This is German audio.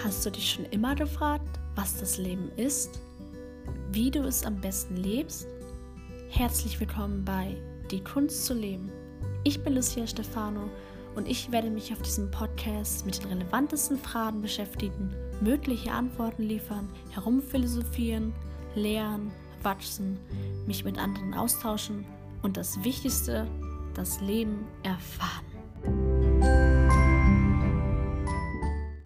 Hast du dich schon immer gefragt, was das Leben ist? Wie du es am besten lebst? Herzlich willkommen bei Die Kunst zu leben. Ich bin Lucia Stefano und ich werde mich auf diesem Podcast mit den relevantesten Fragen beschäftigen, mögliche Antworten liefern, herumphilosophieren, lernen, wachsen, mich mit anderen austauschen und das Wichtigste, das Leben erfahren.